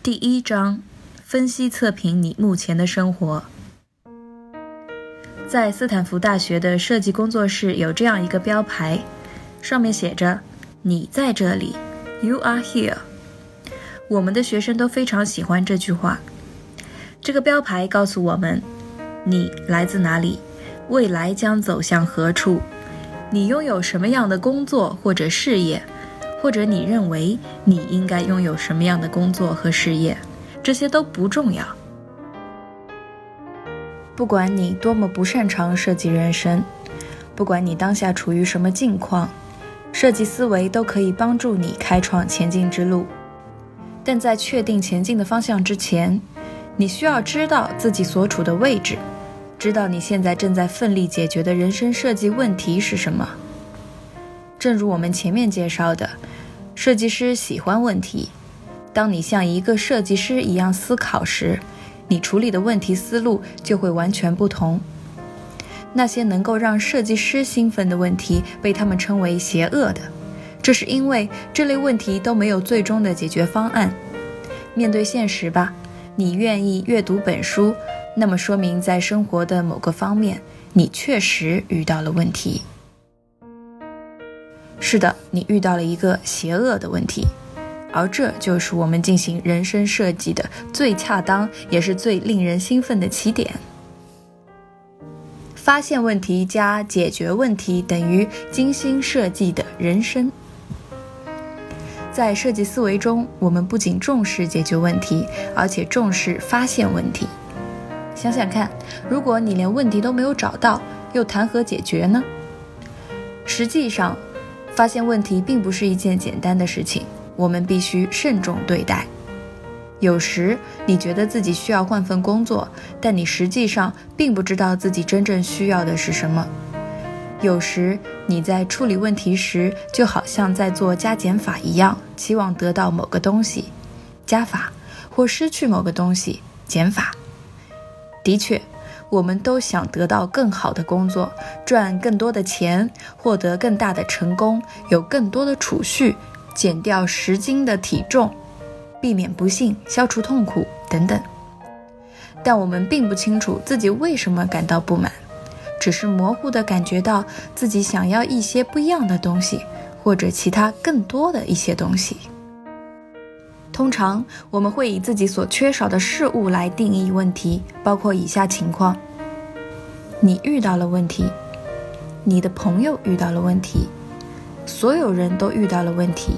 第1章，分析测评你目前的生活。在斯坦福大学的设计工作室有这样一个标牌，上面写着你在这里 You are here。 我们的学生都非常喜欢这句话。这个标牌告诉我们，你来自哪里，未来将走向何处，你拥有什么样的工作或者事业，或者你认为你应该拥有什么样的工作和事业，这些都不重要。不管你多么不擅长设计人生，不管你当下处于什么境况，设计思维都可以帮助你开创前进之路。但在确定前进的方向之前，你需要知道自己所处的位置，知道你现在正在奋力解决的人生设计问题是什么。正如我们前面介绍的，设计师喜欢问题。当你像一个设计师一样思考时，你处理的问题思路就会完全不同。那些能够让设计师兴奋的问题被他们称为邪恶的，这是因为这类问题都没有最终的解决方案。面对现实吧，你愿意阅读本书，那么说明在生活的某个方面，你确实遇到了问题。是的，你遇到了一个邪恶的问题，而这就是我们进行人生设计的最恰当也是最令人兴奋的起点。发现问题加解决问题等于精心设计的人生。在设计思维中，我们不仅重视解决问题，而且重视发现问题。想想看，如果你连问题都没有找到，又谈何解决呢？实际上，发现问题并不是一件简单的事情，我们必须慎重对待。有时你觉得自己需要换份工作，但你实际上并不知道自己真正需要的是什么。有时你在处理问题时，就好像在做加减法一样，期望得到某个东西，加法，或失去某个东西，减法。的确，我们都想得到更好的工作，赚更多的钱，获得更大的成功，有更多的储蓄，减掉10斤的体重，避免不幸，消除痛苦等等。但我们并不清楚自己为什么感到不满，只是模糊地感觉到自己想要一些不一样的东西，或者其他更多的一些东西。通常我们会以自己所缺少的事物来定义问题，包括以下情况：你遇到了问题，你的朋友遇到了问题，所有人都遇到了问题。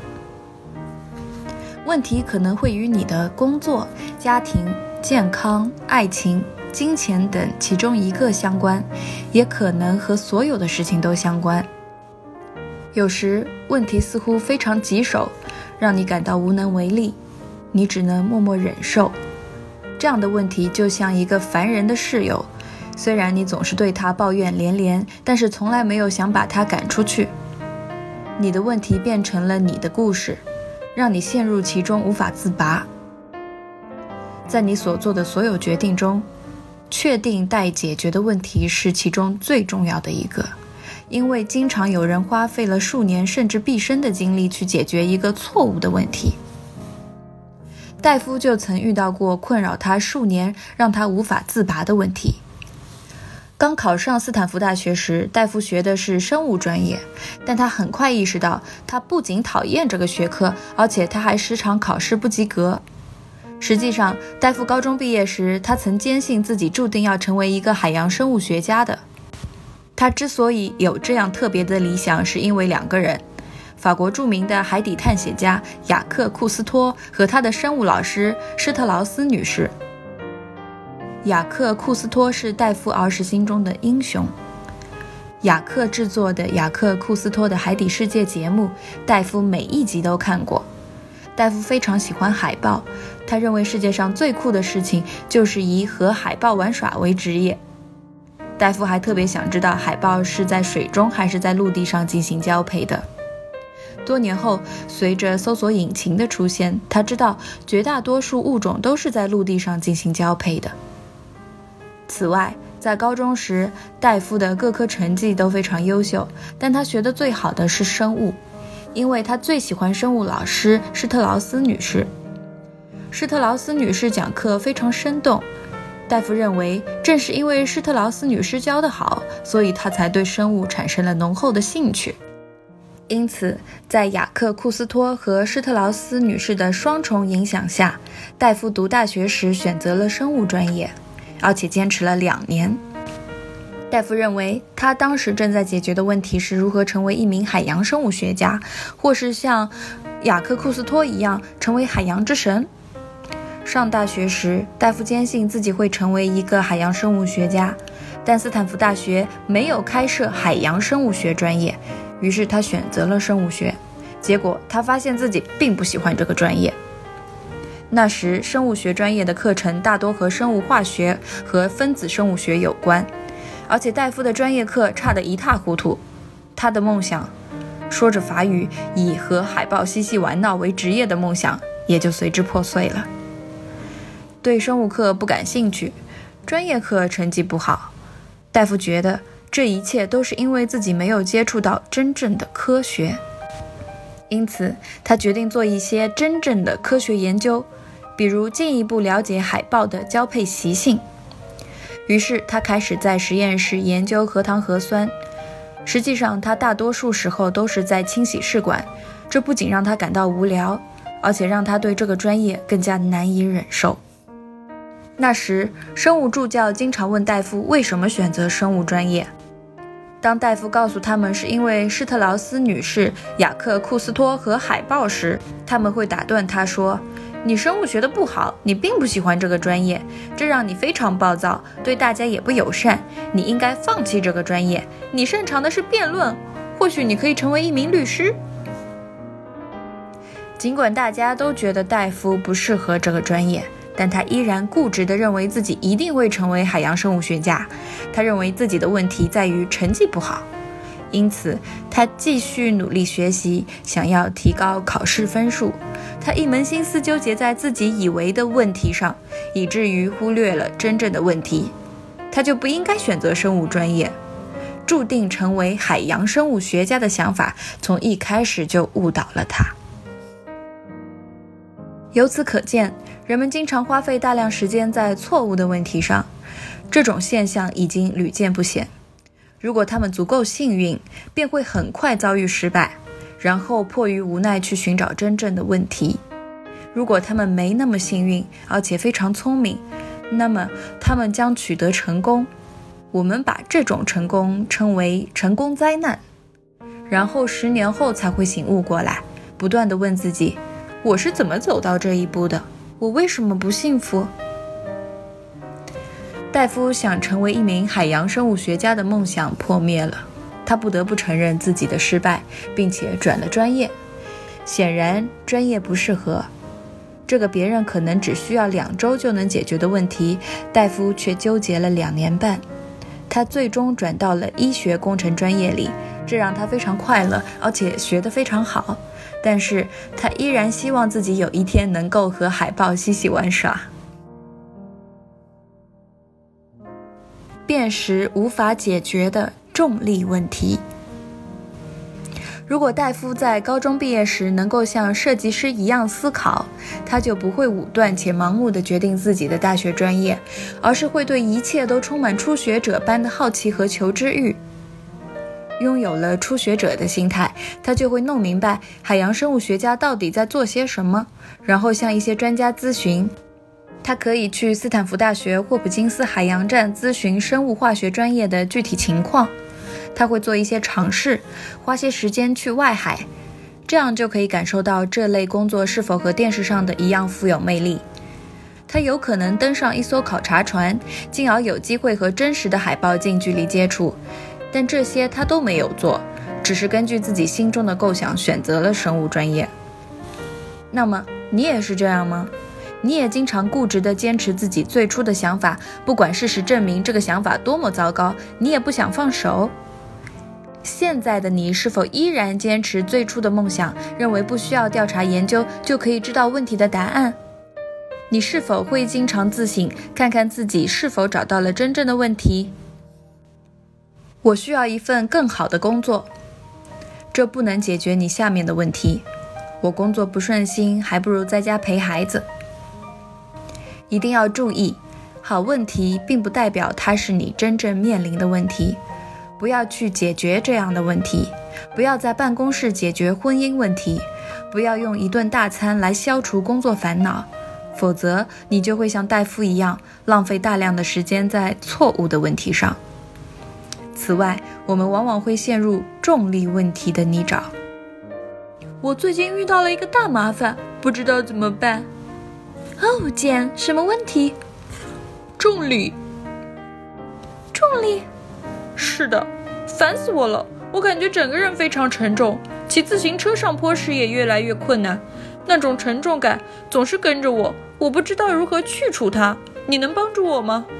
问题可能会与你的工作、家庭、健康、爱情、金钱等其中一个相关，也可能和所有的事情都相关。有时问题似乎非常棘手，让你感到无能为力，你只能默默忍受。这样的问题就像一个烦人的室友，虽然你总是对他抱怨连连，但是从来没有想把他赶出去。你的问题变成了你的故事，让你陷入其中无法自拔。在你所做的所有决定中，确定待解决的问题是其中最重要的一个，因为经常有人花费了数年甚至毕生的精力去解决一个错误的问题。戴夫就曾遇到过困扰他数年，让他无法自拔的问题。刚考上斯坦福大学时，戴夫学的是生物专业，但他很快意识到，他不仅讨厌这个学科，而且他还时常考试不及格。实际上，戴夫高中毕业时，他曾坚信自己注定要成为一个海洋生物学家的。他之所以有这样特别的理想，是因为2个人：法国著名的海底探险家雅克·库斯托和他的生物老师施特劳斯女士。雅克·库斯托是戴夫儿时心中的英雄。雅克制作的雅克·库斯托的海底世界节目，戴夫每一集都看过。戴夫非常喜欢海豹，他认为世界上最酷的事情就是以和海豹玩耍为职业。戴夫还特别想知道海豹是在水中还是在陆地上进行交配的。多年后，随着搜索引擎的出现，他知道绝大多数物种都是在陆地上进行交配的。此外，在高中时，戴夫的各科成绩都非常优秀，但他学得最好的是生物，因为他最喜欢生物老师施特劳斯女士。 施特劳斯女士讲课非常生动，大夫认为正是因为施特劳斯女士教得好，所以他才对生物产生了浓厚的兴趣。因此，在雅克·库斯托和施特劳斯女士的双重影响下，戴夫读大学时选择了生物专业，而且坚持了2年。戴夫认为，他当时正在解决的问题是如何成为一名海洋生物学家，或是像雅克·库斯托一样成为海洋之神。上大学时，戴夫坚信自己会成为一个海洋生物学家，但斯坦福大学没有开设海洋生物学专业，于是他选择了生物学。结果他发现自己并不喜欢这个专业。那时，生物学专业的课程大多和生物化学和分子生物学有关，而且戴夫的专业课差得一塌糊涂。他的梦想，说着法语以和海豹嬉戏玩闹为职业的梦想，也就随之破碎了。对生物课不感兴趣，专业课成绩不好，戴夫觉得这一切都是因为自己没有接触到真正的科学。因此，他决定做一些真正的科学研究，比如进一步了解海豹的交配习性。于是他开始在实验室研究核糖核酸，实际上他大多数时候都是在清洗试管，这不仅让他感到无聊，而且让他对这个专业更加难以忍受。那时，生物助教经常问戴夫为什么选择生物专业。当戴夫告诉他们是因为施特劳斯女士、雅克·库斯托和海豹时，他们会打断他说，你生物学的不好，你并不喜欢这个专业，这让你非常暴躁，对大家也不友善，你应该放弃这个专业，你擅长的是辩论，或许你可以成为一名律师。尽管大家都觉得戴夫不适合这个专业，但他依然固执地认为自己一定会成为海洋生物学家。他认为自己的问题在于成绩不好，因此他继续努力学习，想要提高考试分数。他一门心思纠结在自己以为的问题上，以至于忽略了真正的问题。他就不应该选择生物专业。注定成为海洋生物学家的想法从一开始就误导了他。由此可见，人们经常花费大量时间在错误的问题上，这种现象已经屡见不鲜。如果他们足够幸运，便会很快遭遇失败，然后迫于无奈去寻找真正的问题。如果他们没那么幸运，而且非常聪明，那么他们将取得成功。我们把这种成功称为成功灾难。然后10年后才会醒悟过来，不断地问自己，我是怎么走到这一步的？我为什么不幸福？戴夫想成为一名海洋生物学家的梦想破灭了，他不得不承认自己的失败，并且转了专业。显然，专业不适合。这个别人可能只需要2周就能解决的问题，戴夫却纠结了2年半。他最终转到了医学工程专业里，这让他非常快乐，而且学得非常好。但是他依然希望自己有一天能够和海豹嬉戏玩耍。辨识无法解决的重力问题。如果戴夫在高中毕业时能够像设计师一样思考，他就不会武断且盲目地决定自己的大学专业，而是会对一切都充满初学者般的好奇和求知欲。拥有了初学者的心态，他就会弄明白海洋生物学家到底在做些什么，然后向一些专家咨询。他可以去斯坦福大学霍普金斯海洋站咨询生物化学专业的具体情况。他会做一些尝试，花些时间去外海，这样就可以感受到这类工作是否和电视上的一样富有魅力。他有可能登上一艘考察船，进而有机会和真实的海豹近距离接触，但这些他都没有做，只是根据自己心中的构想选择了生物专业。那么你也是这样吗？你也经常固执地坚持自己最初的想法，不管事实证明这个想法多么糟糕，你也不想放手。现在的你是否依然坚持最初的梦想，认为不需要调查研究就可以知道问题的答案？你是否会经常自省，看看自己是否找到了真正的问题？我需要一份更好的工作，这不能解决你下面的问题。我工作不顺心，还不如在家陪孩子。 一定要注意，好问题并不代表它是你真正面临的问题。不要去解决这样的问题，不要在办公室解决婚姻问题，不要用一顿大餐来消除工作烦恼，否则你就会像戴夫一样，浪费大量的时间在错误的问题上。此外，我们往往会陷入重力问题的泥沼。我最近遇到了一个大麻烦，不知道怎么办。哦，简，什么问题？ 重力。 重力？ 是的，烦死我了！我感觉整个人非常沉重，骑自行车上坡时也越来越困难，那种沉重感总是跟着我，我不知道如何去除它。你能帮助我吗？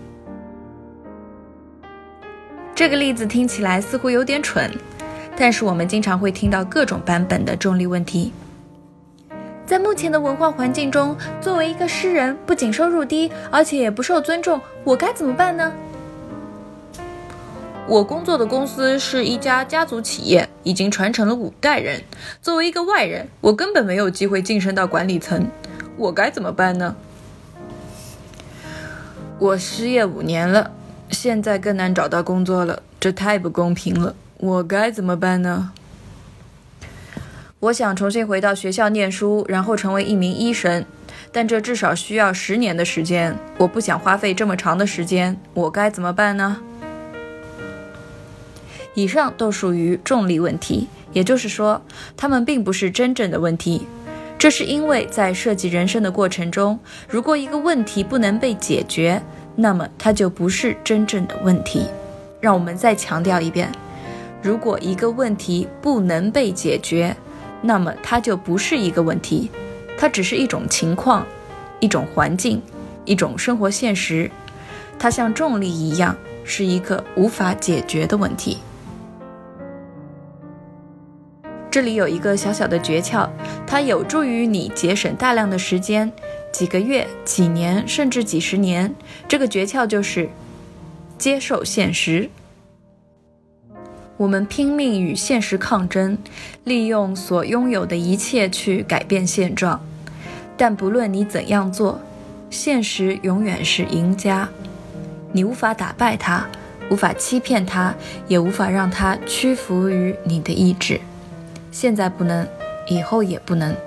这个例子听起来似乎有点蠢，但是我们经常会听到各种版本的重力问题。在目前的文化环境中，作为一个诗人，不仅收入低，而且也不受尊重，我该怎么办呢？ 我工作的公司是一家家族企业，已经传承了5代人。作为一个外人，我根本没有机会晋升到管理层，我该怎么办呢？我失业5年了，现在更难找到工作了，这太不公平了，我该怎么办呢？我想重新回到学校念书，然后成为一名医生，但这至少需要10年的时间，我不想花费这么长的时间，我该怎么办呢？以上都属于重力问题，也就是说，它们并不是真正的问题。这是因为在设计人生的过程中，如果一个问题不能被解决，那么它就不是真正的问题。让我们再强调一遍，如果一个问题不能被解决，那么它就不是一个问题，它只是一种情况，一种环境，一种生活现实。它像重力一样，是一个无法解决的问题。这里有一个小小的诀窍，它有助于你节省大量的时间，几个月、几年，甚至几十年。这个诀窍就是接受现实。我们拼命与现实抗争，利用所拥有的一切去改变现状，但不论你怎样做，现实永远是赢家。你无法打败它，无法欺骗它，也无法让它屈服于你的意志。现在不能，以后也不能。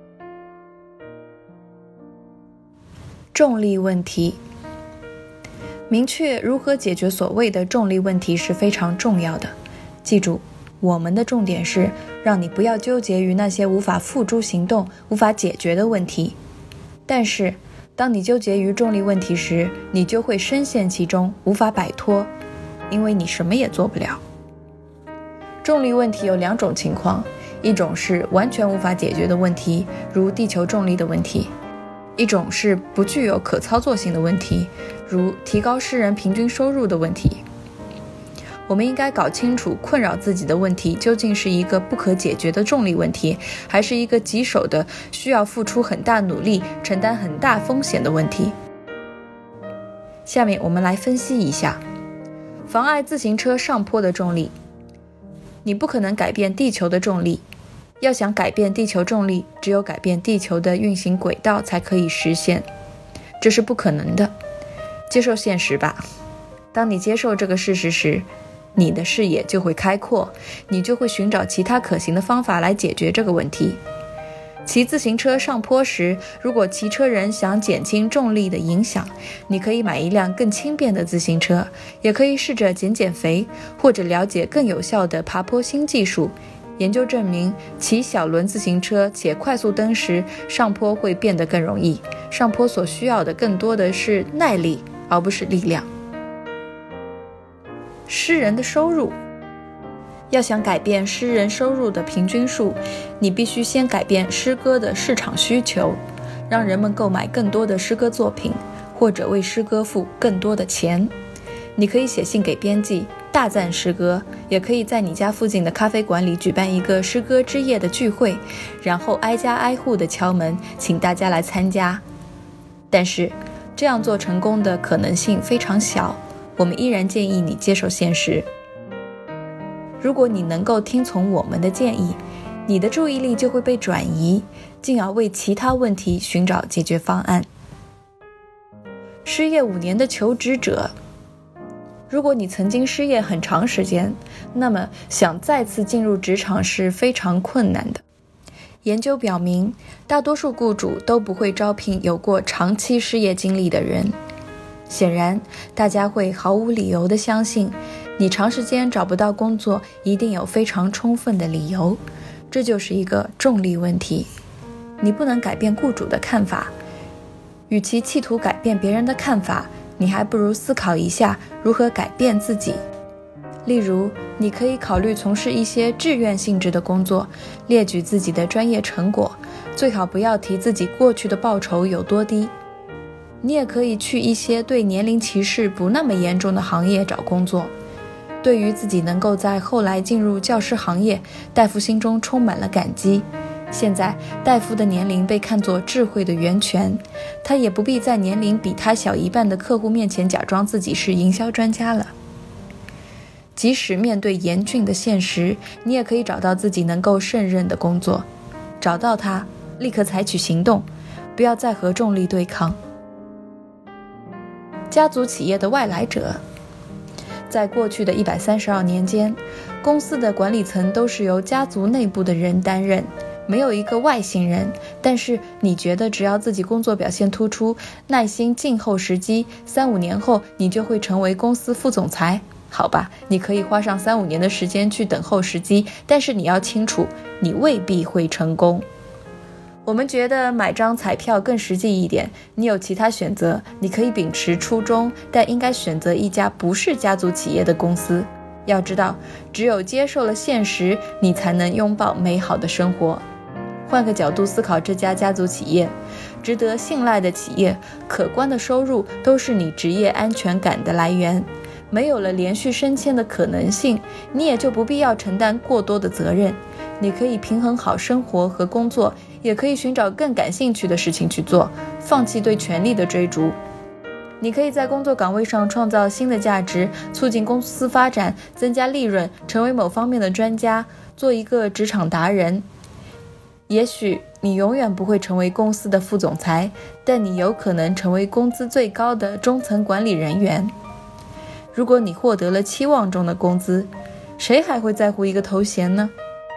重力问题，明确如何解决所谓的重力问题是非常重要的。记住，我们的重点是让你不要纠结于那些无法付诸行动、无法解决的问题。但是，当你纠结于重力问题时，你就会深陷其中，无法摆脱，因为你什么也做不了。重力问题有2种情况，一种是完全无法解决的问题，如地球重力的问题；一种是不具有可操作性的问题，如提高诗人平均收入的问题。我们应该搞清楚困扰自己的问题究竟是一个不可解决的重力问题，还是一个棘手的需要付出很大努力、承担很大风险的问题。下面我们来分析一下妨碍自行车上坡的重力。你不可能改变地球的重力，要想改变地球重力，只有改变地球的运行轨道才可以实现，这是不可能的。接受现实吧。当你接受这个事实时，你的视野就会开阔，你就会寻找其他可行的方法来解决这个问题。骑自行车上坡时，如果骑车人想减轻重力的影响，你可以买一辆更轻便的自行车，也可以试着减肥，或者了解更有效的爬坡新技术。研究证明，骑小轮自行车且快速蹬时，上坡会变得更容易。上坡所需要的更多的是耐力，而不是力量。诗人的收入，要想改变诗人收入的平均数，你必须先改变诗歌的市场需求，让人们购买更多的诗歌作品，或者为诗歌付更多的钱。你可以写信给编辑，大赞诗歌，也可以在你家附近的咖啡馆里举办一个诗歌之夜的聚会，然后挨家挨户地敲门，请大家来参加。但是，这样做成功的可能性非常小，我们依然建议你接受现实。如果你能够听从我们的建议，你的注意力就会被转移，进而为其他问题寻找解决方案。 失业5年的求职者。如果你曾经失业很长时间，那么想再次进入职场是非常困难的。研究表明，大多数雇主都不会招聘有过长期失业经历的人。显然，大家会毫无理由地相信，你长时间找不到工作一定有非常充分的理由，这就是一个重力问题。你不能改变雇主的看法，与其企图改变别人的看法，你还不如思考一下如何改变自己。例如，你可以考虑从事一些志愿性质的工作，列举自己的专业成果，最好不要提自己过去的报酬有多低。你也可以去一些对年龄歧视不那么严重的行业找工作。对于自己能够在后来进入教师行业，戴夫心中充满了感激。现在，戴夫的年龄被看作智慧的源泉，他也不必在年龄比他小一半的客户面前假装自己是营销专家了。即使面对严峻的现实，你也可以找到自己能够胜任的工作。找到它，立刻采取行动，不要再和重力对抗。家族企业的外来者。在过去的132年间，公司的管理层都是由家族内部的人担任，没有一个外星人。但是你觉得只要自己工作表现突出，耐心静候时机，3-5年后你就会成为公司副总裁？好吧，你可以花上3-5年的时间去等候时机，但是你要清楚，你未必会成功。我们觉得买张彩票更实际一点，你有其他选择，你可以秉持初衷，但应该选择一家不是家族企业的公司。要知道，只有接受了现实，你才能拥抱美好的生活。换个角度思考这家家族企业，值得信赖的企业，可观的收入都是你职业安全感的来源。没有了连续升迁的可能性，你也就不必要承担过多的责任。你可以平衡好生活和工作，也可以寻找更感兴趣的事情去做，放弃对权力的追逐。你可以在工作岗位上创造新的价值，促进公司发展，增加利润，成为某方面的专家，做一个职场达人。也许你永远不会成为公司的副总裁，但你有可能成为工资最高的中层管理人员。如果你获得了期望中的工资，谁还会在乎一个头衔呢？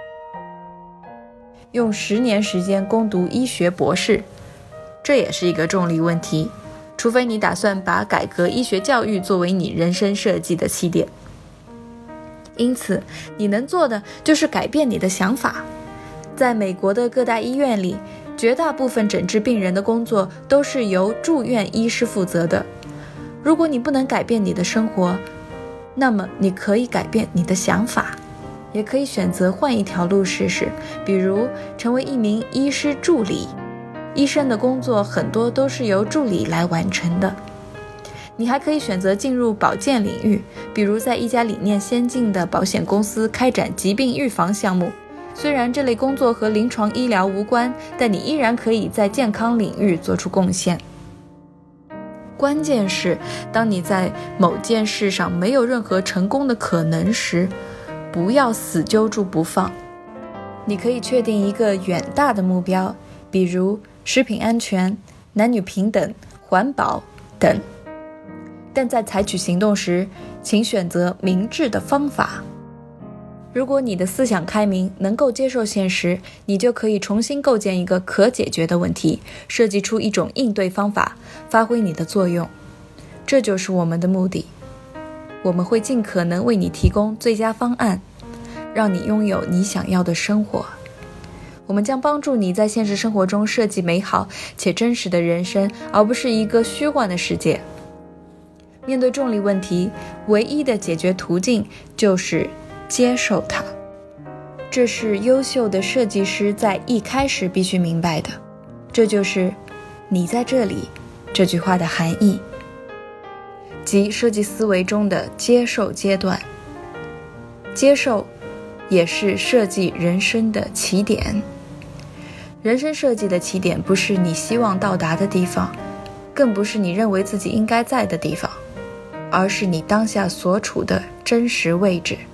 用10年时间攻读医学博士，这也是一个重力问题，除非你打算把改革医学教育作为你人生设计的起点。因此，你能做的就是改变你的想法。在美国的各大医院里，绝大部分诊治病人的工作都是由住院医师负责的。如果你不能改变你的生活，那么你可以改变你的想法，也可以选择换一条路试试，比如成为一名医师助理。医生的工作很多都是由助理来完成的。你还可以选择进入保健领域，比如在一家理念先进的保险公司开展疾病预防项目。虽然这类工作和临床医疗无关，但你依然可以在健康领域做出贡献。关键是，当你在某件事上没有任何成功的可能时，不要死揪住不放。你可以确定一个远大的目标，比如食品安全、男女平等、环保等。但在采取行动时，请选择明智的方法。如果你的思想开明，能够接受现实，你就可以重新构建一个可解决的问题，设计出一种应对方法，发挥你的作用。这就是我们的目的。我们会尽可能为你提供最佳方案，让你拥有你想要的生活。我们将帮助你在现实生活中设计美好且真实的人生，而不是一个虚幻的世界。面对重力问题，唯一的解决途径就是接受它。这是优秀的设计师在一开始必须明白的，这就是你在这里这句话的含义，即设计思维中的接受阶段。接受也是设计人生的起点。人生设计的起点不是你希望到达的地方，更不是你认为自己应该在的地方，而是你当下所处的真实位置。